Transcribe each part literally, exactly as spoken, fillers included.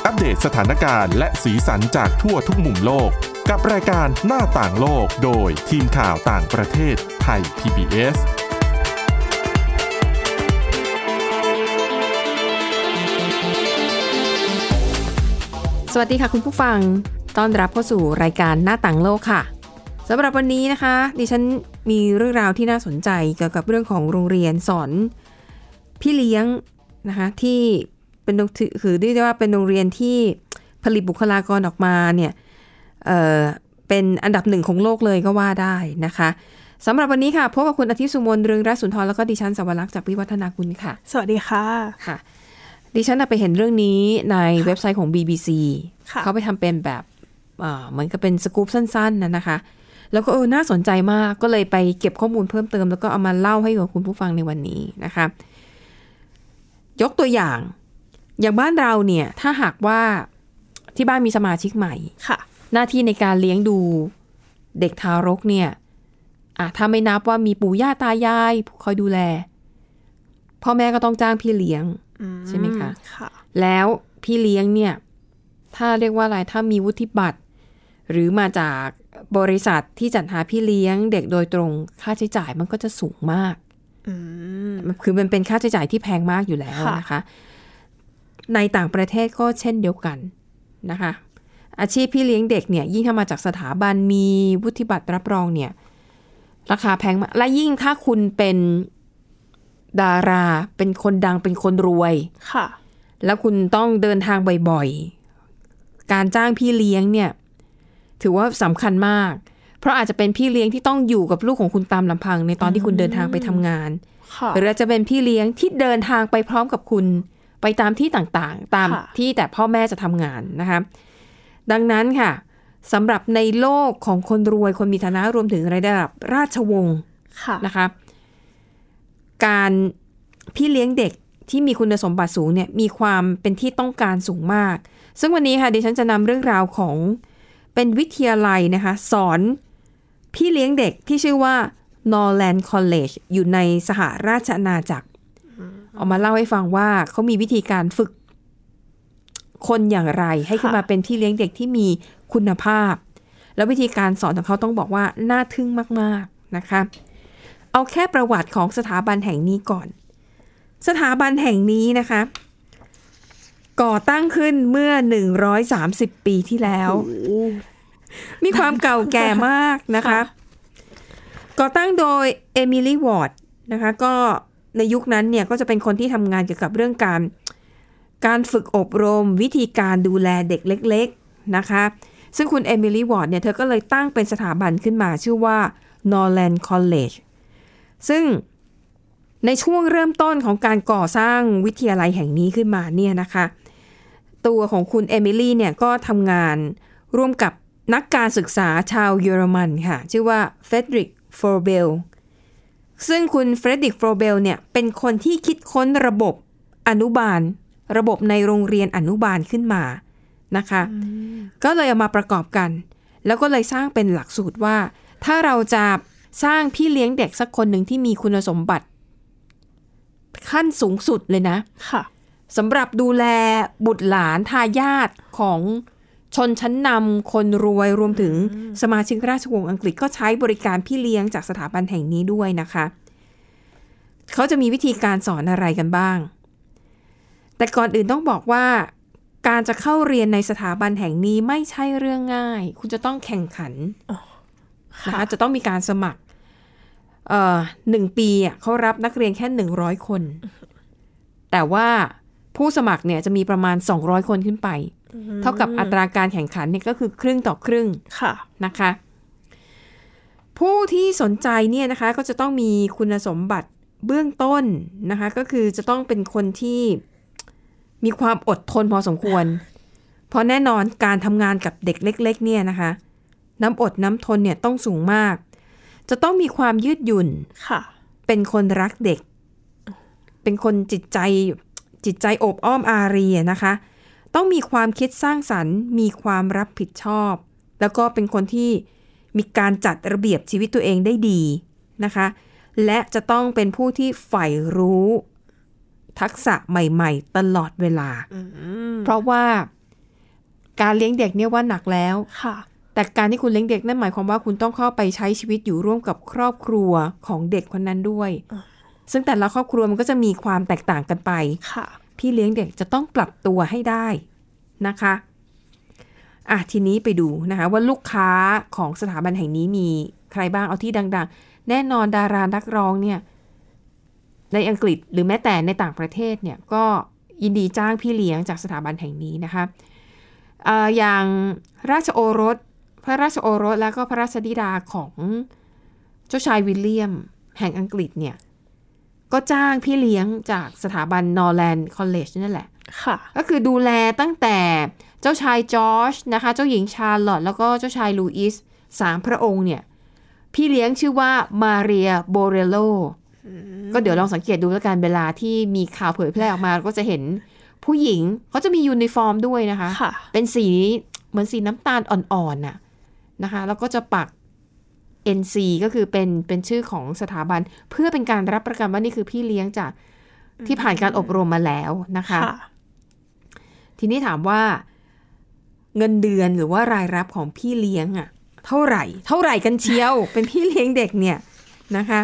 อัปเดตสถานการณ์และสีสันจากทั่วทุกมุมโลกกับรายการหน้าต่างโลกโดยทีมข่าวต่างประเทศไทย พี บี เอสสวัสดีค่ะคุณผู้ฟังต้อนรับเข้าสู่รายการหน้าต่างโลกค่ะสำหรับวันนี้นะคะดิฉันมีเรื่องราวที่น่าสนใจเกี่ยวกับเรื่องของโรงเรียนสอนพี่เลี้ยงนะคะที่เป็นคือเรียกได้ว่าเป็นโรงเรียนที่ผลิตบุคลากรออกมาเนี่ยเอ่อเป็นอันดับหนึ่งของโลกเลยก็ว่าได้นะคะสำหรับวันนี้ค่ะพบกับคุณอาทิตย์สุมนต์เรืองรัตน์สุนทรแล้วก็ดิฉันสวรักษ์จากวิวัฒนาคุณค่ะสวัสดีค่ะค่ะดิฉันไปเห็นเรื่องนี้ในเว็บไซต์ของ บี บี ซี เขาไปทำเป็นแบบเหมือนกับเป็นสกู๊ปสั้นๆนะนะคะแล้วก็เออน่าสนใจมากก็เลยไปเก็บข้อมูลเพิ่มเติมแล้วก็เอามาเล่าให้กับคุณผู้ฟังในวันนี้นะคะยกตัวอย่างอย่างบ้านเราเนี่ยถ้าหากว่าที่บ้านมีสมาชิกใหม่หน้าที่ในการเลี้ยงดูเด็กทารกเนี่ยอ่ะถ้าไม่นับว่ามีปู่ย่าตายายคอยดูแลพ่อแม่ก็ต้องจ้างพี่เลี้ยงใช่ไหมคะแล้วพี่เลี้ยงเนี่ยถ้าเรียกว่าอะไรถ้ามีวุฒิบัตรหรือมาจากบริษัทที่จัดหาพี่เลี้ยงเด็กโดยตรงค่าใช้จ่ายมันก็จะสูงมากคือมันเป็นค่าใช้จ่ายที่แพงมากอยู่แล้วนะคะในต่างประเทศก็เช่นเดียวกันนะคะอาชีพพี่เลี้ยงเด็กเนี่ยยิ่งถ้ามาจากสถาบันมีวุฒิบัตรรับรองเนี่ยราคาแพงมากและยิ่งถ้าคุณเป็นดาราเป็นคนดังเป็นคนรวยค่ะแล้วคุณต้องเดินทางบ่อยๆการจ้างพี่เลี้ยงเนี่ยถือว่าสำคัญมากเพราะอาจจะเป็นพี่เลี้ยงที่ต้องอยู่กับลูกของคุณตามลำพังในตอนที่คุณเดินทางไปทำงานหรือจะเป็นพี่เลี้ยงที่เดินทางไปพร้อมกับคุณไปตามที่ต่างๆตามที่แต่พ่อแม่จะทำงานนะคะดังนั้นค่ะสำหรับในโลกของคนรวยคนมีฐานะรวมถึงระดับราชวงศ์นะคะการพี่เลี้ยงเด็กที่มีคุณสมบัติสูงเนี่ยมีความเป็นที่ต้องการสูงมากซึ่งวันนี้ค่ะดิฉันจะนำเรื่องราวของเป็นวิทยาลัยนะคะสอนพี่เลี้ยงเด็กที่ชื่อว่า Norland College อยู่ในสหราชอาณาจักรเอามาเล่าให้ฟังว่าเขามีวิธีการฝึกคนอย่างไรให้ขึ้นมาเป็นพี่เลี้ยงเด็กที่มีคุณภาพแล้ววิธีการสอนของเขาต้องบอกว่าน่าทึ่งมากๆนะคะเอาแค่ประวัติของสถาบันแห่งนี้ก่อนสถาบันแห่งนี้นะคะก่อตั้งขึ้นเมื่อหนึ่งร้อยสามสิบปีที่แล้วมีความเก่าแก่มากนะคะก่อตั้งโดยเอมิลี่วอร์ดนะคะก็ในยุคนั้นเนี่ยก็จะเป็นคนที่ทำงานเกี่ยวกับเรื่องการการฝึกอบรมวิธีการดูแลเด็กเล็กๆนะคะซึ่งคุณเอมิลี่วอร์ดเนี่ยเธอก็เลยตั้งเป็นสถาบันขึ้นมาชื่อว่า Norland College ซึ่งในช่วงเริ่มต้นของการก่อสร้างวิทยาลัยแห่งนี้ขึ้นมาเนี่ยนะคะตัวของคุณเอมิลี่เนี่ยก็ทำงานร่วมกับนักการศึกษาชาวเยอรมันค่ะชื่อว่าเฟรดริก โฟร์เบลซึ่งคุณเฟรดริก โฟร์เบลเนี่ยเป็นคนที่คิดค้นระบบอนุบาลระบบในโรงเรียนอนุบาลขึ้นมานะคะก็เลยเอามาประกอบกันแล้วก็เลยสร้างเป็นหลักสูตรว่าถ้าเราจะสร้างพี่เลี้ยงเด็กสักคนหนึ่งที่มีคุณสมบัติขั้นสูงสุดเลยนะค่ะสำหรับดูแลบุตรหลานทายาทของชนชั้นนำคนรวยรวมถึงสมาชิกราชวงศ์อังกฤษก็ใช้บริการพี่เลี้ยงจากสถาบันแห่งนี้ด้วยนะคะเขาจะมีวิธีการสอนอะไรกันบ้างแต่ก่อนอื่นต้องบอกว่าการจะเข้าเรียนในสถาบันแห่งนี้ไม่ใช่เรื่องง่ายคุณจะต้องแข่งขันนะคะจะต้องมีการสมัครเอ่อหนึ่งปีอ่ะเขารับนักเรียนแค่หนึ่งร้อยคนแต่ว่าผู้สมัครเนี่ยจะมีประมาณสองร้อยคนขึ้นไปเท่ากับอัตราการแข่งขันเนี่ยก็คือครึ่งต่อครึ่งนะคะผู้ที่สนใจเนี่ยนะคะก็จะต้องมีคุณสมบัติเบื้องต้นนะคะก็คือจะต้องเป็นคนที่มีความอดทนพอสมควรเพราะแน่นอนการทำงานกับเด็กเล็กๆเนี่ยนะคะน้ำอดน้ำทนเนี่ยต้องสูงมากจะต้องมีความยืดหยุ่นเป็นคนรักเด็กเป็นคนจิตใจจิตใจโอบอ้อมอารีนะคะต้องมีความคิดสร้างสรรค์มีความรับผิดชอบแล้วก็เป็นคนที่มีการจัดระเบียบชีวิตตัวเองได้ดีนะคะและจะต้องเป็นผู้ที่ใฝ่รู้ทักษะใหม่ๆตลอดเวลาเพราะว่าการเลี้ยงเด็กเนี่ยว่าหนักแล้วค่ะแต่การที่คุณเลี้ยงเด็กนั่นหมายความว่าคุณต้องเข้าไปใช้ชีวิตอยู่ร่วมกับครอบครัวของเด็กคนนั้นด้วยซึ่งแต่ละครอบครัวมันก็จะมีความแตกต่างกันไปค่ะพี่เลี้ยงเด็กจะต้องปรับตัวให้ได้นะคะอ่ะทีนี้ไปดูนะคะว่าลูกค้าของสถาบันแห่งนี้มีใครบ้างเอาที่ดังๆแน่นอนดารานักร้องเนี่ยในอังกฤษหรือแม้แต่ในต่างประเทศเนี่ยก็ยินดีจ้างพี่เลี้ยงจากสถาบันแห่งนี้นะคะอ่าอย่างราชโอรสพระราชโอรสแล้วก็พระราชธิดาของเจ้าชายวิลเลียมแห่งอังกฤษเนี่ยก็จ้างพี่เลี้ยงจากสถาบันนอร์แลนด์คอลเลจนั่นแหละค่ะก็คือดูแลตั้งแต่เจ้าชายจอร์จนะคะเจ้าหญิงชาร์ลอตแล้วก็เจ้าชายลูอิสสามพระองค์เนี่ยพี่เลี้ยงชื่อว่ามาเรียโบเรโลก็เดี๋ยวลองสังเกตดูแล้วกันเวลาที่มีข่าวเผยแพร่ออกมาก็จะเห็นผู้หญิงเขาจะมียูนิฟอร์มด้วยนะคะเป็นสีเหมือนสีน้ำตาลอ่อนๆน่ะนะคะแล้วก็จะปัก เอ็น ซี ก็คือเป็นเป็นชื่อของสถาบันเพื่อเป็นการรับประกันว่านี่คือพี่เลี้ยงจากที่ผ่านการอบรมมาแล้วนะคะทีนี้ถามว่าเงินเดือนหรือว่ารายรับของพี่เลี้ยงอ่ะเท่าไหร่เท่าไหร่กันเชียว เป็นพี่เลี้ยงเด็กเนี่ยนะคะ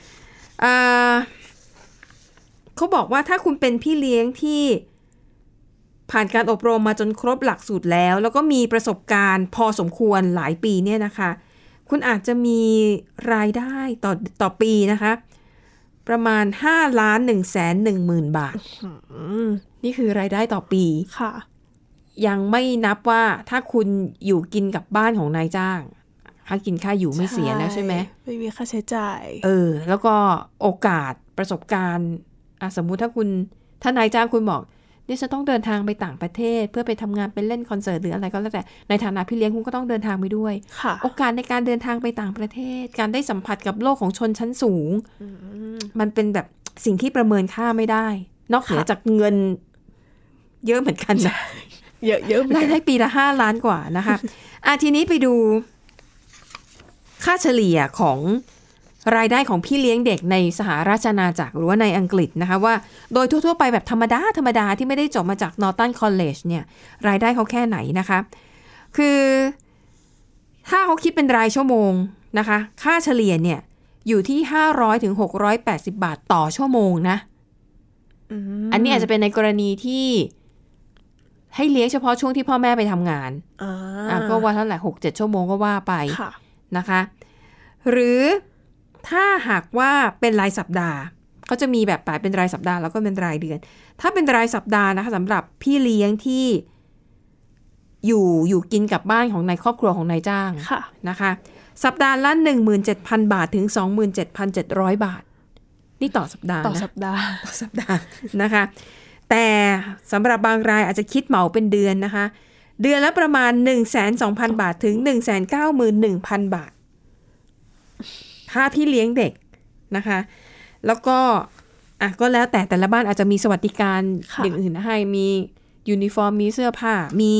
เขาบอกว่าถ้าคุณเป็นพี่เลี้ยงที่ผ่านการอบรมมาจนครบหลักสูตรแล้วแล้วก็มีประสบการณ์พอสมควรหลายปีเนี่ยนะคะคุณอาจจะมีรายได้ต่อต่อปีนะคะประมาณห้าล้านหนึ่งแสนหนึ่งหมื่นบาทนี่คือรายได้ต่อปีค่ะยังไม่นับว่าถ้าคุณอยู่กินกับบ้านของนายจ้างค่ากินค่าอยู่ไม่เสียแล้วใช่ไหมไม่มีค่าใช้จ่ายเออแล้วก็โอกาสประสบการณ์อ่ะสมมุติถ้าคุณถ้านายจ้างคุณบอกนี่จะต้องเดินทางไปต่างประเทศเพื่อไปทำงานเป็นเล่นคอนเสิร์ตหรืออะไรก็แล้วแต่ในฐานะพี่เลี้ยงคุณก็ต้องเดินทางไปด้วยโอกาสในการเดินทางไปต่างประเทศการได้สัมผัสกับโลกของชนชั้นสูงมันเป็นแบบสิ่งที่ประเมินค่าไม่ได้นอกเหนือจากเงินเยอะเหมือนกันนะเยอะเยอะรายได้ปีละห้าล้านกว่านะคะอ่ะทีนี้ไปดูค่าเฉลี่ยของรายได้ของพี่เลี้ยงเด็กในสหราชอาณาจักรหรือว่าในอังกฤษนะคะว่าโดยทั่วๆไปแบบธรรมดาธรรมดาที่ไม่ได้จบมาจาก Norton College เนี่ยรายได้เขาแค่ไหนนะคะคือถ้าเขาคิดเป็นรายชั่วโมงนะคะค่าเฉลี่ยเนี่ยอยู่ที่ห้าร้อยถึงหกร้อยแปดสิบบาทต่อชั่วโมงนะอ, อันนี้อาจจะเป็นในกรณีที่ให้เลี้ยงเฉพาะช่วงที่พ่อแม่ไปทำงานอ่าก็ว่าเท่าไหร่หกเจ็ดชั่วโมงก็ว่าไปนะคะหรือถ้าหากว่าเป็นรายสัปดาห์เขาจะมีแบบแบ่งเป็นรายสัปดาห์แล้วก็เป็นรายเดือนถ้าเป็นรายสัปดาห์นะคะสำหรับพี่เลี้ยงที่อยู่อยู่กินกับบ้านของนายครอบครัวของนายจ้างนะคะสัปดาห์ละ หนึ่งหมื่นเจ็ดพัน บาทถึง สองหมื่นเจ็ดพันเจ็ดร้อย บาทนี่ต่อสัปดาห์นะต่อสัปดาห์ต่อสัปดาห์นะคะแต่สำหรับบางรายอาจจะคิดเหมาเป็นเดือนนะคะเดือนละประมาณ หนึ่งแสนสองพัน บาทถึง หนึ่งแสนเก้าหมื่นหนึ่งพัน บาทค่าพี่เลี้ยงเด็กนะคะแล้วก็อ่ะก็แล้วแต่แต่ละบ้านอาจจะมีสวัสดิการอย่างอื่นให้มียูนิฟอร์มมีเสื้อผ้ามี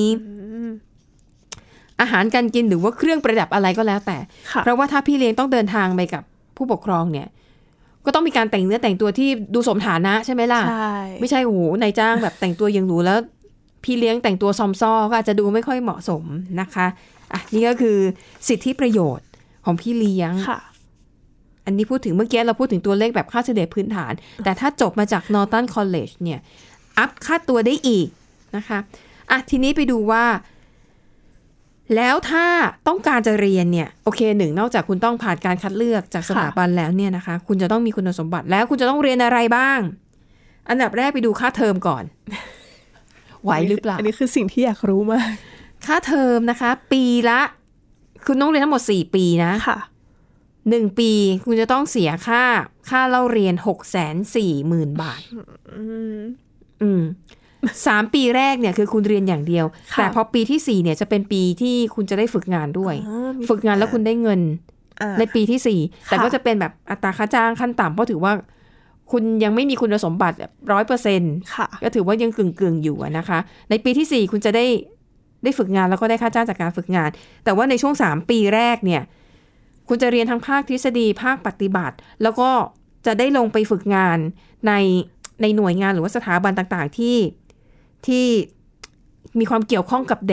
อาหารการกินหรือว่าเครื่องประดับอะไรก็แล้วแต่เพราะว่าถ้าพี่เลี้ยงต้องเดินทางไปกับผู้ปกครองเนี่ยก็ต้องมีการแต่งเนื้อแต่งตัวที่ดูสมฐานะใช่ไหมล่ะไม่ใช่โอ้โหนายจ้างแบบแต่งตัวอย่างหรูแล้วพี่เลี้ยงแต่งตัวซอมซ้อก็อาจจะดูไม่ค่อยเหมาะสมนะคะอ่ะนี่ก็คือสิทธิประโยชน์ของพี่เลี้ยงอันนี้พูดถึงเมื่อกี้เราพูดถึงตัวเลขแบบค่าเฉลี่ยพื้นฐานแต่ถ้าจบมาจาก Norton College เนี่ยอัพค่าตัวได้อีกนะคะอ่ะทีนี้ไปดูว่าแล้วถ้าต้องการจะเรียนเนี่ยโอเคหนึ่งนอกจากคุณต้องผ่านการคัดเลือกจากสถาบันแล้วเนี่ยนะคะคุณจะต้องมีคุณสมบัติแล้วคุณจะต้องเรียนอะไรบ้างอันดับแรกไปดูค่าเทอมก่อนไหวหรือเปล่าอันนี้คือสิ่งที่อยากรู้มากค่าเทอมนะคะปีละคุณต้องเรียนทั้งหมดสี่ปีนะค่ะหนึ่งปีคุณจะต้องเสียค่าค่าเล่าเรียน หกแสนสี่หมื่น บาทอืมสามปีแรกเนี่ยคือคุณเรียนอย่างเดียวแต่พอปีที่สี่เนี่ยจะเป็นปีที่คุณจะได้ฝึกงานด้วยฝึกงานแล้วคุณได้เงินในปีที่สี่แต่ก็จะเป็นแบบอัตราค่าจ้างขั้นต่ำเพราะถือว่าคุณยังไม่มีคุณสมบัติร้อยเปอร์เซ็นต์ก็ถือว่ายังกึ่งๆอยู่นะคะในปีที่สี่คุณจะได้ได้ฝึกงานแล้วก็ได้ค่าจ้างจากการฝึกงานแต่ว่าในช่วงสามปีแรกเนี่ยคุณจะเรียนทั้งภาคทฤษฎีภาคปฏิบัติแล้วก็จะได้ลงไปฝึกงานในในหน่วยงานหรือว่าสถาบันต่างๆที่ที่มีความเกี่ยวข้องกับเด็กอ่ะ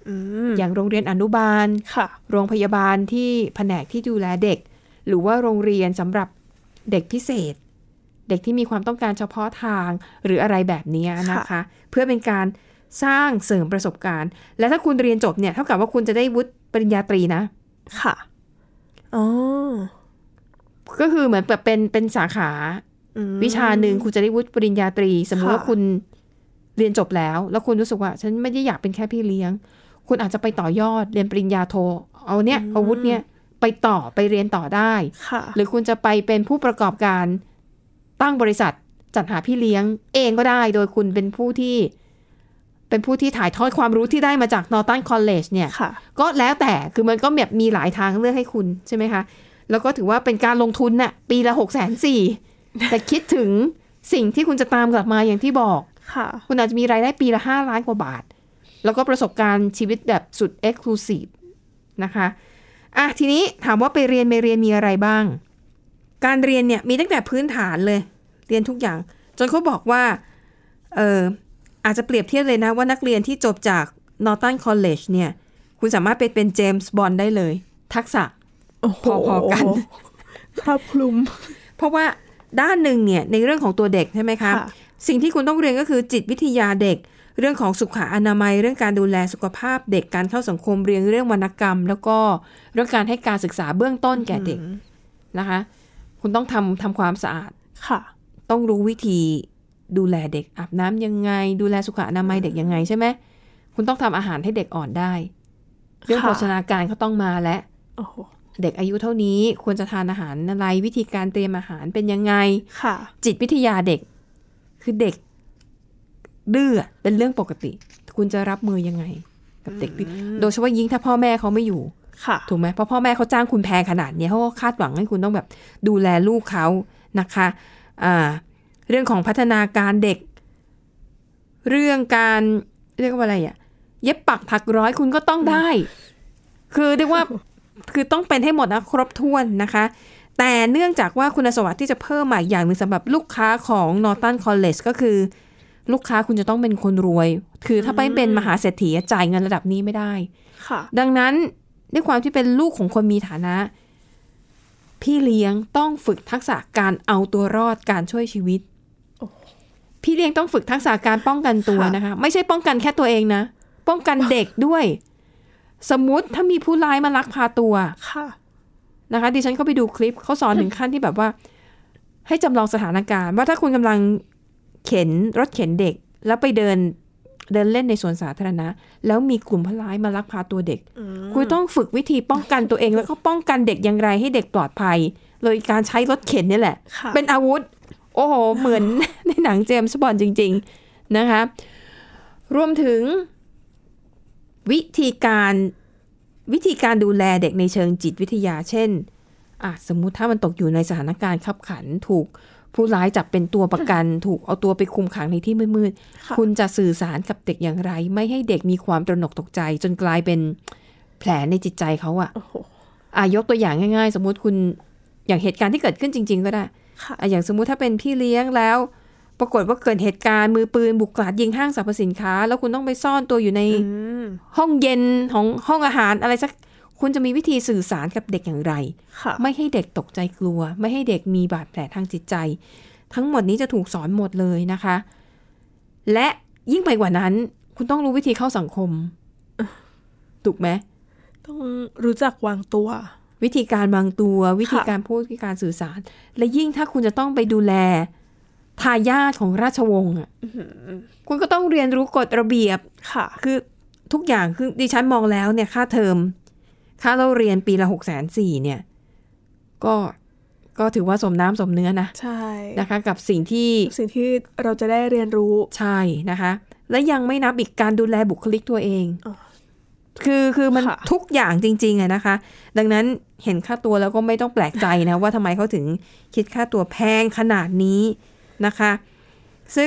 อย่างโรงเรียนอนุบาลโรงพยาบาลที่แผนกที่ดูแลเด็กหรือว่าโรงเรียนสำหรับเด็กพิเศษเด็กที่มีความต้องการเฉพาะทางหรืออะไรแบบนี้นะคะเพื่อเป็นการสร้างเสริมประสบการณ์และถ้าคุณเรียนจบเนี่ยเท่ากับว่าคุณจะได้วุฒิปริญญาตรีนะค่ะอ๋อก็คือเหมือนแบบเป็นเป็นสาขาวิชาหนึ่งคุณจะได้วุฒิปริญญาตรีสมมุติว่าคุณเรียนจบแล้วแล้วคุณรู้สึกว่าฉันไม่ได้อยากเป็นแค่พี่เลี้ยงคุณอาจจะไปต่อยอดเรียนปริญญาโทเอาเนี่ยเอาวุฒิเนี่ยไปต่อไปเรียนต่อได้หรือคุณจะไปเป็นผู้ประกอบการตั้งบริษัทจัดหาพี่เลี้ยงเองก็ได้โดยคุณเป็นผู้ที่เป็นผู้ที่ถ่ายทอดความรู้ที่ได้มาจาก Norton College เนี่ยก็แล้วแต่คือมันก็แบบมีหลายทางเลือกให้คุณใช่ไหมคะแล้วก็ถือว่าเป็นการลงทุนน่ะปีละ หกแสนสี่หมื่น แต่คิดถึงสิ่งที่คุณจะตามกลับมาอย่างที่บอกคุณอาจจะมีรายได้ปีละห้าล้านกว่าบาทแล้วก็ประสบการณ์ชีวิตแบบสุด Exclusive นะคะอ่ะทีนี้ถามว่าไปเรียนไปเรียนมีอะไรบ้างการเรียนเนี่ยมีตั้งแต่พื้นฐานเลยเรียนทุกอย่างจนเขาบอกว่าเอออาจจะเปรียบเทียบเลยนะว่านักเรียนที่จบจาก Norton College เนี่ยคุณสามารถไปเป็นเจมส์บอนด์ได้เลยทักษะพอๆกันครอบคลุมเพราะว่าด้านหนึ่งเนี่ยในเรื่องของตัวเด็กใช่ไหมคะสิ่งที่คุณต้องเรียนก็คือจิตวิทยาเด็กเรื่องของสุขอนามัยเรื่องการดูแลสุขภาพเด็กการเข้าสังคมเรียนเรื่องวรรณกรรมแล้วก็เรื่องการให้การศึกษาเบื้องต้นแก่เด็กนะคะคุณต้องทำทำความสะอาดค่ะต้องรู้วิธีดูแลเด็กอาบน้ำยังไงดูแลสุขอนามัยเด็กยังไงใช่ไหมคุณต้องทำอาหารให้เด็กอ่อนได้เรื่องโภชนาการเขาต้องมาและเด็กอายุเท่านี้ควรจะทานอาหารอะไรวิธีการเตรียมอาหารเป็นยังไงจิตวิทยาเด็กคือเด็กดื้อเป็นเรื่องปกติคุณจะรับมือยังไงกับเด็กดื้อโดยเฉพาะยิ่งถ้าพ่อแม่เขาไม่อยู่ถูกไหมเพราะพ่อแม่เขาจ้างคุณแพงขนาดนี้เขาก็คาดหวังให้คุณต้องแบบดูแลลูกเขานะคะอ่าเรื่องของพัฒนาการเด็กเรื่องการเรียกว่าอะไรอ่ะเย็บปักถักร้อยคุณก็ต้องได้คือเรียกว่าคือต้องเป็นให้หมดนะครบถ้วนนะคะแต่เนื่องจากว่าคุณสมบัติที่จะเพิ่มมาอีกอย่างหนึ่งสำหรับลูกค้าของ Norton College ก็คือลูกค้าคุณจะต้องเป็นคนรวยคือถ้าไปเป็นมหาเศรษฐีจ่ายเงินระดับนี้ไม่ได้ดังนั้นด้วยความที่เป็นลูกของคนมีฐานะพี่เลี้ยงต้องฝึกทักษะการเอาตัวรอดการช่วยชีวิตพี่เลี้ยงต้องฝึกทักษะการป้องกันตัวนะคะไม่ใช่ป้องกันแค่ตัวเองนะป้องกันเด็กด้วยสมมุติถ้ามีผู้ร้ายมาลักพาตัวนะคะดิฉันก็ไปดูคลิปเขาสอนถึงขั้นที่แบบว่าให้จำลองสถานการณ์ว่าถ้าคุณกำลังเข็นรถเข็นเด็กแล้วไปเดินเดินเล่นในสวนสาธารณะแล้วมีกลุ่มผู้ร้ายมาลักพาตัวเด็กคุณต้องฝึกวิธีป้องกันตัวเองแล้วก็ป้องกันเด็กอย่างไรให้เด็กปลอดภัยเลยการใช้รถเข็นนี่แหละเป็นอาวุธโอ้โหเหมือนในหนังเจมส์บอนด์จริงๆนะคะรวมถึงวิธีการวิธีการดูแลเด็กในเชิงจิตวิทยาเช่นอ่ะสมมุติถ้ามันตกอยู่ในสถานการณ์ขับขันถูกผู้ร้ายจับเป็นตัวประกันถูกเอาตัวไปคุมขังในที่มืดๆคุณจะสื่อสารกับเด็กอย่างไรไม่ให้เด็กมีความตระหนกตกใจจนกลายเป็นแผลในจิตใจเขาอ่ะอ่ะยกตัวอย่างง่ายๆสมมุติคุณอย่างเหตุการณ์ที่เกิดขึ้นจริงๆก็ได้อ่ะอย่างสมมุติถ้าเป็นพี่เลี้ยงแล้วปรากฏว่าเกิดเหตุการณ์มือปืนบุกกราดยิงห้างสรรพสินค้าแล้วคุณต้องไปซ่อนตัวอยู่ในห้องเย็นของห้องอาหารอะไรสักคุณจะมีวิธีสื่อสารกับเด็กอย่างไรไม่ให้เด็กตกใจกลัวไม่ให้เด็กมีบาดแผลทางจิตใจทั้งหมดนี้จะถูกสอนหมดเลยนะคะและยิ่งไปกว่านั้นคุณต้องรู้วิธีเข้าสังคมถูกไหมต้องรู้จักวางตัววิธีการวางตัววิธีการพูดวิธีการสื่อสารและยิ่งถ้าคุณจะต้องไปดูแลทายาทของราชวงศ์อ่ะคุณก็ต้องเรียนรู้กฎระเบียบค่ะคือทุกอย่างคือดิฉันมองแล้วเนี่ยค่าเทอมค่าเราเรียนปีละหกแสนสี่เนี่ยก็ก็ถือว่าสมน้ำสมเนื้อนะใช่นะคะกับสิ่งที่สิ่งที่เราจะได้เรียนรู้ใช่นะคะและยังไม่นับอีกการดูแลบุคลิกตัวเองคือคือมันทุกอย่างจริงๆอะนะคะดังนั้นเห็นค่าตัวแล้วก็ไม่ต้องแปลกใจนะว่าทำไมเขาถึงคิดค่าตัวแพงขนาดนี้นะคะซึ่ง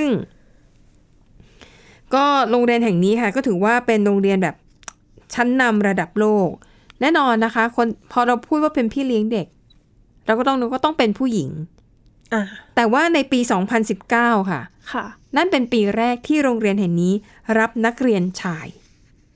ก็โรงเรียนแห่งนี้ค่ะก็ถือว่าเป็นโรงเรียนแบบชั้นนำระดับโลกแน่นอนนะคะคนพอเราพูดว่าเป็นพี่เลี้ยงเด็กเราก็ต้องนึกว่าต้องเป็นผู้หญิงแต่ว่าในปีสองพันสิบเก้าค่ะค่ะนั่นเป็นปีแรกที่โรงเรียนแห่งนี้รับนักเรียนชาย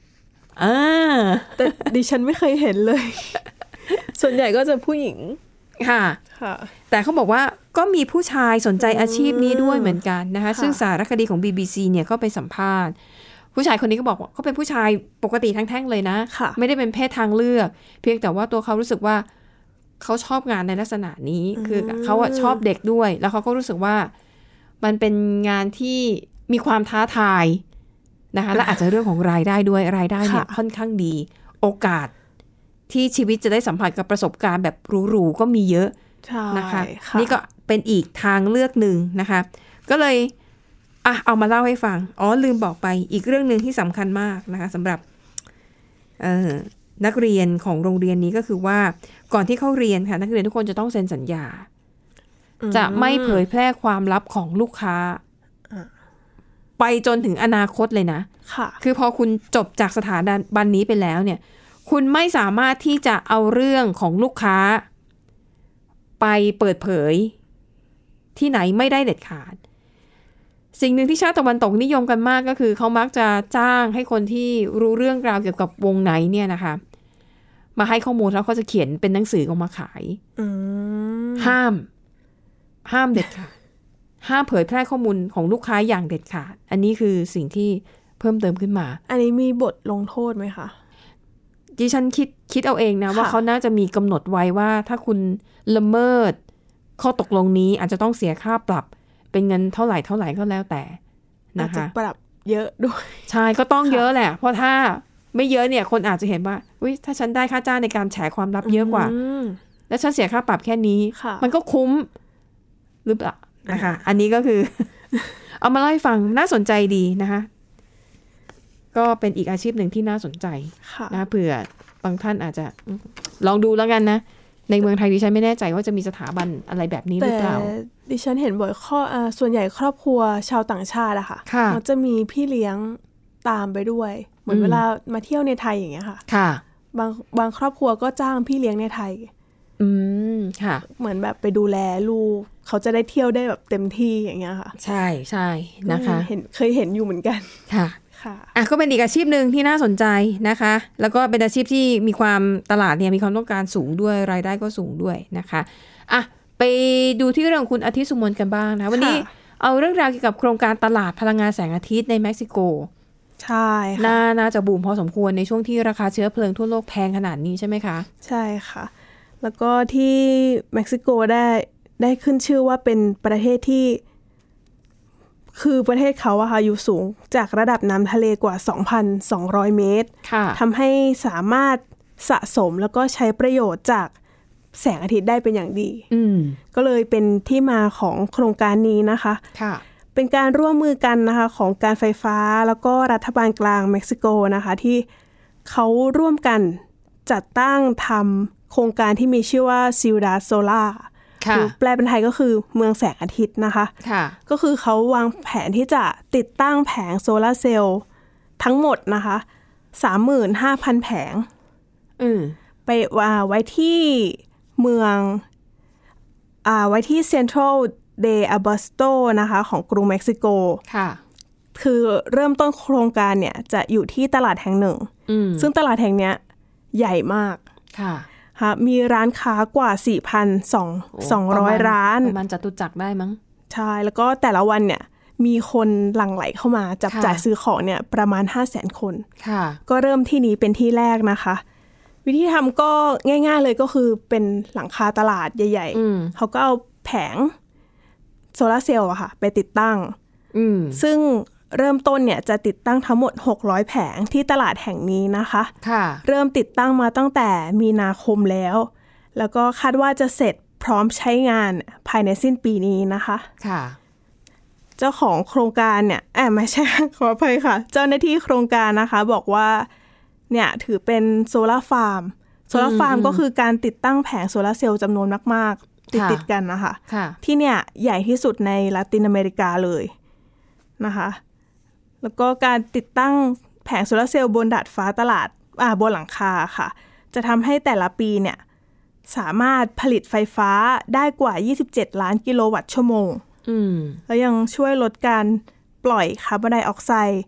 อ่าแต่ดิฉันไม่เคยเห็นเลย ส่วนใหญ่ก็จะผู้หญิงค่ะค่ะแต่เขาบอกว่าก็มีผู้ชายสนใจอาชีพนี้ด้วยเหมือนกันนะคะซึ่งสารคดีของ บี บี ซี เนี่ยก็ไปสัมภาษณ์ผู้ชายคนนี้ก็บอกว่าเขาเป็นผู้ชายปกติทั้งแท่งเลยนะไม่ได้เป็นเพศทางเลือกเพียงแต่ว่าตัวเขารู้สึกว่าเขาชอบงานในลักษณะนี้คือเขาอะชอบเด็กด้วยแล้วเขาก็รู้สึกว่ามันเป็นงานที่มีความท้าทายนะคะและอาจจะเรื่องของรายได้ด้วยรายได้เนี่ยค่อนข้างดีโอกาสที่ชีวิตจะได้สัมผัสกับประสบการณ์แบบหรูๆก็มีเยอะนะคะนี่ก็เป็นอีกทางเลือกหนึ่งนะคะก็เลยอ่ะเอามาเล่าให้ฟังอ๋อลืมบอกไปอีกเรื่องนึงที่สำคัญมากนะคะสำหรับเอ่อนักเรียนของโรงเรียนนี้ก็คือว่าก่อนที่เข้าเรียนค่ะนักเรียนทุกคนจะต้องเซ็นสัญญาจะไม่เผยแพร่ความลับของลูกค้าไปจนถึงอนาคตเลยนะค่ะคือพอคุณจบจากสถาบันนี้ไปแล้วเนี่ยคุณไม่สามารถที่จะเอาเรื่องของลูกค้าไปเปิดเผยที่ไหนไม่ได้เด็ดขาดสิ่งหนึ่งที่ชาติตะวันตกนิยมกันมากก็คือเขามักจะจ้างให้คนที่รู้เรื่องราวเกี่ยวกับวงไหนเนี่ยนะคะมาให้ข้อมูลแล้วเขาจะเขียนเป็นหนังสือออกมาขายห้ามห้ามเด็ดขาดห้ามเผยแพร่ข้อมูลของลูกค้าอย่างเด็ดขาดอันนี้คือสิ่งที่เพิ่มเติมขึ้นมาอันนี้มีบทลงโทษไหมคะดิฉันคิดคิดเอาเองนะว่าเขาน่าจะมีกำหนดไว้ว่าถ้าคุณละเมิดข้อตกลงนี้อาจจะต้องเสียค่าปรับเป็นเงินเท่าไหร่เท่าไหร่ก็แล้วแต่นะคะอาจจะปรับเยอะด้วยใช่ก็ต้องเยอะแหละเพราะถ้าไม่เยอะเนี่ยคนอาจจะเห็นว่าอุ๊ยถ้าฉันได้ค่าจ้างในการแฉความลับเยอะกว่าแล้วฉันเสียค่าปรับแค่นี้มันก็คุ้มหรือเปล่านะคะอันนี้ก็คือ เอามาเล่าให้ฟังน่าสนใจดีนะคะก็เป็นอีกอาชีพหนึ่งที่น่าสนใจนะเผื่อบางท่านอาจจะลองดูแล้วกันนะในเมืองไทยดิฉันไม่แน่ใจว่าจะมีสถาบันอะไรแบบนี้หรือเปล่าแต่ดิฉันเห็นบ่อยข้อส่วนใหญ่ครอบครัวชาวต่างชาติอะค่ะมันจะมีพี่เลี้ยงตามไปด้วยเหมือนเวลามาเที่ยวในไทยอย่างเงี้ยค่ะค่ะบางบางครอบครัวก็จ้างพี่เลี้ยงในไทยอืมค่ะเหมือนแบบไปดูแลลูกเขาจะได้เที่ยวได้แบบเต็มที่อย่างเงี้ยค่ะใช่ใช่นะคะเห็นเคยเห็นอยู่เหมือนกันค่ะอ่ะก็เป็นอีกอาชีพหนึ่งที่น่าสนใจนะคะแล้วก็เป็นอาชีพที่มีความตลาดเนี่ยมีความต้องการสูงด้วยรายได้ก็สูงด้วยนะคะอ่ะไปดูที่เรื่องคุณอาทิตย์สุมนกันบ้างนะวันนี้เอาเรื่องราวเกี่ยวกับโครงการตลาดพลังงานแสงอาทิตย์ในเม็กซิโกใช่ค่ะน่าน่าจะบูมพอสมควรในช่วงที่ราคาเชื้อเพลิงทั่วโลกแพงขนาดนี้ใช่ไหมคะใช่ค่ะแล้วก็ที่เม็กซิโกได้ได้ขึ้นชื่อว่าเป็นประเทศที่คือประเทศเขาอะค่ะอยู่สูงจากระดับน้ำทะเลกว่า สองพันสองร้อย เมตรทำให้สามารถสะสมแล้วก็ใช้ประโยชน์จากแสงอาทิตย์ได้เป็นอย่างดีก็เลยเป็นที่มาของโครงการนี้นะคะค่ะเป็นการร่วมมือกันนะคะของการไฟฟ้าแล้วก็รัฐบาลกลางเม็กซิโกนะคะที่เขาร่วมกันจัดตั้งทำโครงการที่มีชื่อว่า Ciudad Solarคือแปลเป็นไทยก็คือเมืองแสงอาทิตย์นะคะก็คือเขาวางแผนที่จะติดตั้งแผงโซลาร์เซลล์ทั้งหมดนะคะ สามหมื่นห้าพัน แผงไปวางไว้ที่เมืองอ่าไว้ที่ Central de Abasto นะคะของกรุงเม็กซิโกค่ะคือเริ่มต้นโครงการเนี่ยจะอยู่ที่ตลาดแห่งหนึ่งซึ่งตลาดแห่งเนี้ยใหญ่มากค่ะมีร้านค้ากว่า สี่พันสองร้อย ร้านประมาณจตุจักรได้มั้งใช่แล้วก็แต่ละวันเนี่ยมีคนหลั่งไหลเข้ามาจับจ่ายซื้อของเนี่ยประมาณ ห้าแสน คนค่ะก็เริ่มที่นี้เป็นที่แรกนะคะวิธีทำก็ง่ายๆเลยก็คือเป็นหลังคาตลาดใหญ่ๆเขาก็เอาแผงโซลาร์เซลล์อะค่ะไปติดตั้งซึ่งเริ่มต้นเนี่ยจะติดตั้งทั้งหมดหกร้อยแผงที่ตลาดแห่งนี้นะคะค่ะเริ่มติดตั้งมาตั้งแต่มีนาคมแล้วแล้วก็คาดว่าจะเสร็จพร้อมใช้งานภายในสิ้นปีนี้นะคะค่ะเจ้าของโครงการเนี่ยแอบไม่ใช่ขออภัยค่ะเจ้าหน้าที่โครงการนะคะบอกว่าเนี่ยถือเป็นโซลาร์ฟาร์มโซลาร์ฟาร์มก็คือการติดตั้งแผงโซลาร์เซลล์จำนวนมากๆติดๆกันนะคะที่เนี่ยใหญ่ที่สุดในลาตินอเมริกาเลยนะคะแล้วก็การติดตั้งแผงโซลาร์เซลล์บนดาดฟ้าตลาดอ่าบนหลังคาค่ะจะทำให้แต่ละปีเนี่ยสามารถผลิตไฟฟ้าได้กว่ายี่สิบเจ็ดล้านกิโลวัตต์ชั่วโมงแล้วยังช่วยลดการปล่อยคาร์บอนไดออกไซด์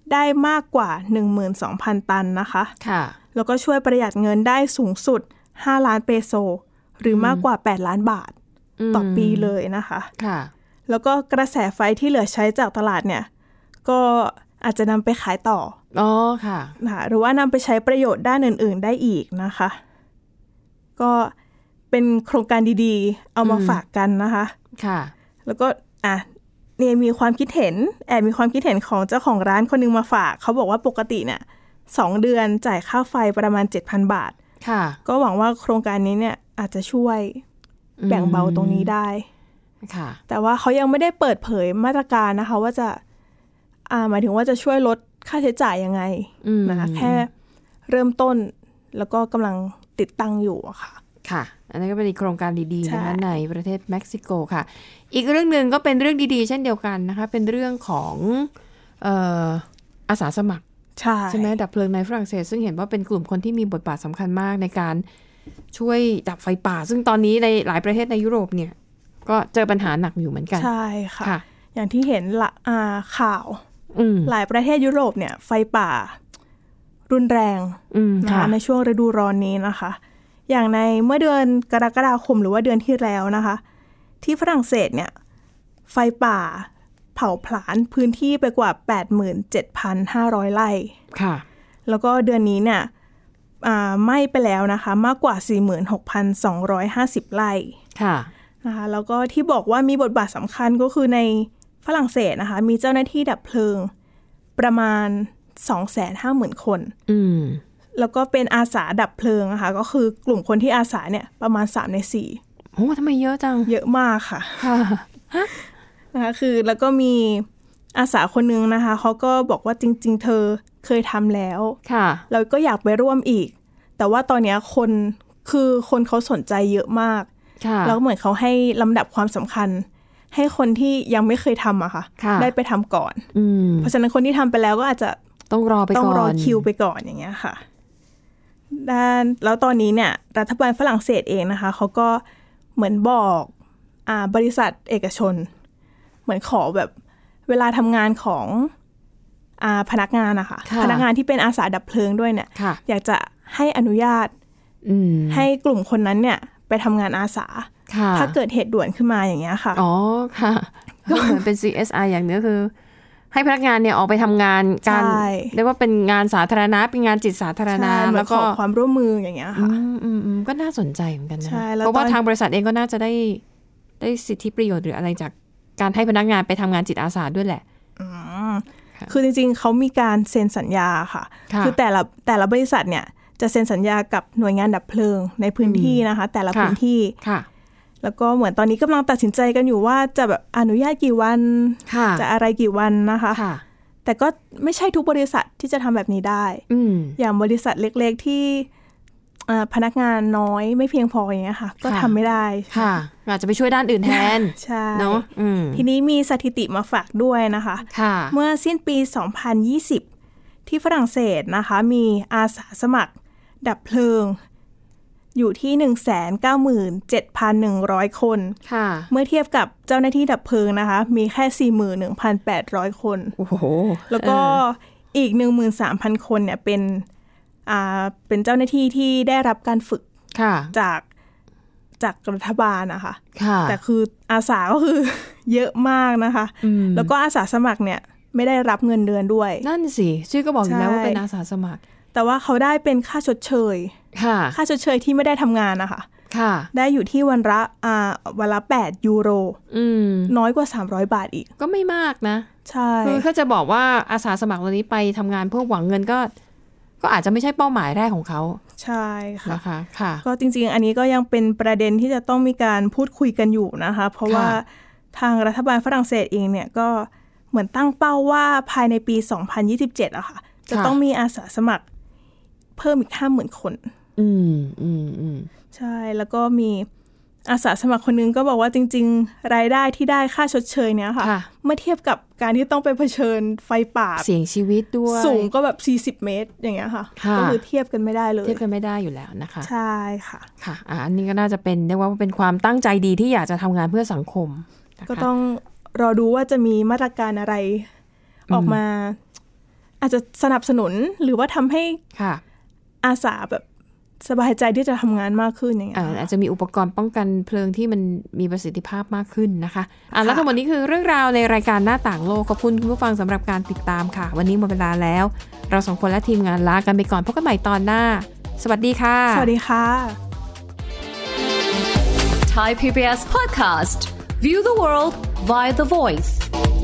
ได้มากกว่า หนึ่งหมื่นสองพัน ตันนะคะค่ะแล้วก็ช่วยประหยัดเงินได้สูงสุดห้าล้านเปโซหรือมากกว่าแปดล้านบาทต่อปีเลยนะคะค่ะแล้วก็กระแสไฟที่เหลือใช้จากตลาดเนี่ยก็อาจจะนำไปขายต่ออ๋อค่ะหรือว่านำไปใช้ประโยชน์ด้านอื่นๆได้อีกนะคะก็เป็นโครงการดีๆเอามาฝากกันนะคะค่ะแล้วก็อ่ะเนี่ยมีความคิดเห็นแอบมีความคิดเห็นของเจ้าของร้านคนนึงมาฝากเขาบอกว่าปกติเนี่ยสองเดือนจ่ายค่าไฟประมาณ เจ็ดพัน บาทค่ะก็หวังว่าโครงการนี้เนี่ยอาจจะช่วยแบ่งเบาตรงนี้ได้ค่ะแต่ว่าเขายังไม่ได้เปิดเผยมาตรการนะคะว่าจะอ่าหมายถึงว่าจะช่วยลดค่าใช้จ่ายยังไงนะคะแค่เริ่มต้นแล้วก็กำลังติดตั้งอยู่อะค่ะค่ะอันนี้ก็เป็นอีกโครงการดีๆนะคะในประเทศเม็กซิโกค่ะอีกเรื่องนึงก็เป็นเรื่องดีๆเช่นเดียวกันนะคะเป็นเรื่องของเอ่ออาสาสมัครใช่ใช่ไหมดับเพลิงในฝรั่งเศสซึ่งเห็นว่าเป็นกลุ่มคนที่มีบทบาทสำคัญมากในการช่วยดับไฟป่าซึ่งตอนนี้ในหลายประเทศในยุโรปเนี่ยก็เจอปัญหาหนักอยู่เหมือนกันใช่ค่ะอย่างที่เห็นละข่าวหลายประเทศยุโรปเนี่ยไฟป่ารุนแรงนะคะในช่วงฤดูร้อนนี้นะคะอย่างในเมื่อเดือนกรกฎาคมหรือว่าเดือนที่แล้วนะคะที่ฝรั่งเศสเนี่ยไฟป่าเผาผลาญพื้นที่ไปกว่า แปดหมื่นเจ็ดพันห้าร้อย ไร่ค่ะแล้วก็เดือนนี้เนี่ยไหม้ไปแล้วนะคะมากกว่า สี่หมื่นหกพันสองร้อยห้าสิบ ไร่ค่ะนะคะแล้วก็ที่บอกว่ามีบทบาทสำคัญก็คือในฝรั่งเศสนะคะมีเจ้าหน้าที่ดับเพลิงประมาณ สองแสนห้าหมื่น คนอืมแล้วก็เป็นอาสาดับเพลิงนะคะก็คือกลุ่มคนที่อาสาเนี่ยประมาณสามในสี่โอ้ทำไมเยอะจังเยอะมากค่ะค่ะนะคะคือแล้วก็มีอาสาคนนึงนะคะเขาก็บอกว่าจริงๆเธอเคยทำแล้วค่ะแล้วก็อยากไปร่วมอีกแต่ว่าตอนนี้คนคือคนเขาสนใจเยอะมากแล้วเหมือนเขาให้ลำดับความสำคัญให้คนที่ยังไม่เคยทำอะค่ะได้ไปทำก่อนเพราะฉะนั้นคนที่ทำไปแล้วก็อาจจะต้องรอไปก่อนต้องรอคิวไปก่อนอย่างเงี้ยค่ะด้านแล้วตอนนี้เนี่ยรัฐบาลฝรั่งเศสเองนะคะเขาก็เหมือนบอกอ่าบริษัทเอกชนเหมือนขอแบบเวลาทำงานของอ่าพนักงานนะคะพนักงานที่เป็นอาสาดับเพลิงด้วยเนี่ยอยากจะให้อนุญาตให้กลุ่มคนนั้นเนี่ยไปทำงานอาสาถ้าเกิดเหตุด่วนขึ้นมาอย่างเงี้ยค่ะอ๋อค่ะก็เหมือนเป็น ซี เอส ไอ อย่างนี้คือให้พนักงานเนี่ยออกไปทำงานการเรียกว่าเป็นงานสาธารณะเป็นงานจิตสาธารณะแล้วก็ขอความร่วมมืออย่างเงี้ยค่ะอืมๆก็น่าสนใจเหมือนกันนะเพราะว่าทางบริษัทเองก็น่าจะได้ได้สิทธิประโยชน์หรืออะไรจากการให้พนักงานไปทำงานจิตอาสาด้วยแหละคือจริงๆเขามีการเซ็นสัญญาค่ะคือแต่ละแต่ละบริษัทเนี่ยจะเซ็นสัญญากับหน่วยงานดับเพลิงในพื้นที่นะคะแต่ละพื้นที่แล้วก็เหมือนตอนนี้กำลังตัดสินใจกันอยู่ว่าจะแบบอนุญาตกี่วันจะอะไรกี่วันนะคะแต่ก็ไม่ใช่ทุกบริษัทที่จะทำแบบนี้ได้อย่างบริษัทเล็กๆที่พนักงานน้อยไม่เพียงพออย่างเงี้ยค่ะก็ทำไม่ได้ค่ะอาจจะไปช่วยด้านอื่นแทนใช่เนาะทีนี้มีสถิติมาฝากด้วยนะคะเมื่อสิ้นปีสองพันยี่สิบที่ฝรั่งเศสนะคะมีอาสาสมัครดับเพลิงอยู่ที่ หนึ่งแสนเก้าหมื่นเจ็ดพันหนึ่งร้อย คนเมื่อเทียบกับเจ้าหน้าที่ดับเพลิงนะคะมีแค่ สี่หมื่นหนึ่งพันแปดร้อย คนโอ้โหแล้วก็อีก หนึ่งหมื่นสามพัน คนเนี่ยเป็นอ่าเป็นเจ้าหน้าที่ที่ได้รับการฝึกจากจากรัฐบาลนะคะแต่คืออาสาก็คือเยอะมากนะคะแล้วก็อาสาสมัครเนี่ยไม่ได้รับเงินเดือนด้วยนั่นสิชื่อก็บอกอยู่แล้วว่าเป็นอาสาสมัครแต่ว่าเขาได้เป็นค่าชดเชยค่าชดเชยที่ไม่ได้ทำงานนะคะได้อยู่ที่วันละอ่าวันละแปดยูโรน้อยกว่าสามร้อยบาทอีกก็ไม่มากนะใช่คือเขาจะบอกว่าอาสาสมัครวันนี้ไปทำงานเพื่อหวังเงินก็ก็อาจจะไม่ใช่เป้าหมายแรกของเขาใช่ค่ะนะคะค่ะก็จริงๆอันนี้ก็ยังเป็นประเด็นที่จะต้องมีการพูดคุยกันอยู่นะคะเพราะว่าทางรัฐบาลฝรั่งเศสเองเนี่ยก็เหมือนตั้งเป้าว่าภายในปีสองพันยี่สิบเจ็ดอะค่ะจะต้องมีอาสาสมัครเพิ่มอีก ห้าหมื่น คนอืมอืมอืมใช่แล้วก็มีอาสาสมัครคนนึงก็บอกว่าจริงๆรายได้ที่ได้ค่าชดเชยเนี้ยค่ะเมื่อเทียบกับการที่ต้องไปเผชิญไฟป่าเสี่ยงชีวิตด้วยสูงก็แบบสี่สิบเมตรอย่างเงี้ยค่ะก็คือเทียบกันไม่ได้เลยเทียบกันไม่ได้อยู่แล้วนะคะใช่ค่ะค่ะอันนี้ก็น่าจะเป็นเรียกว่าเป็นความตั้งใจดีที่อยากจะทำงานเพื่อสังคมก็ต้องรอดูว่าจะมีมาตรการอะไรออกมาอาจจะสนับสนุนหรือว่าทำให้อาสาแบบสบายใจที่จะทำงานมากขึ้นอย่างเงี้ยอา, อาจจะมีอุปกรณ์ป้องกันเพลิงที่มันมีประสิทธิภาพมากขึ้นนะคะอ่ะแล้วทั้งหมดนี้คือเรื่องราวในรายการหน้าต่างโลกขอบคุณคุณผู้ฟังสำหรับการติดตามค่ะวันนี้หมดเวลาแล้วเราสองคนและทีมงานลากันไปก่อนพบกันใหม่ตอนหน้าสวัสดีค่ะสวัสดีค่ะ Thai พี บี เอส Podcast View the world via The Voice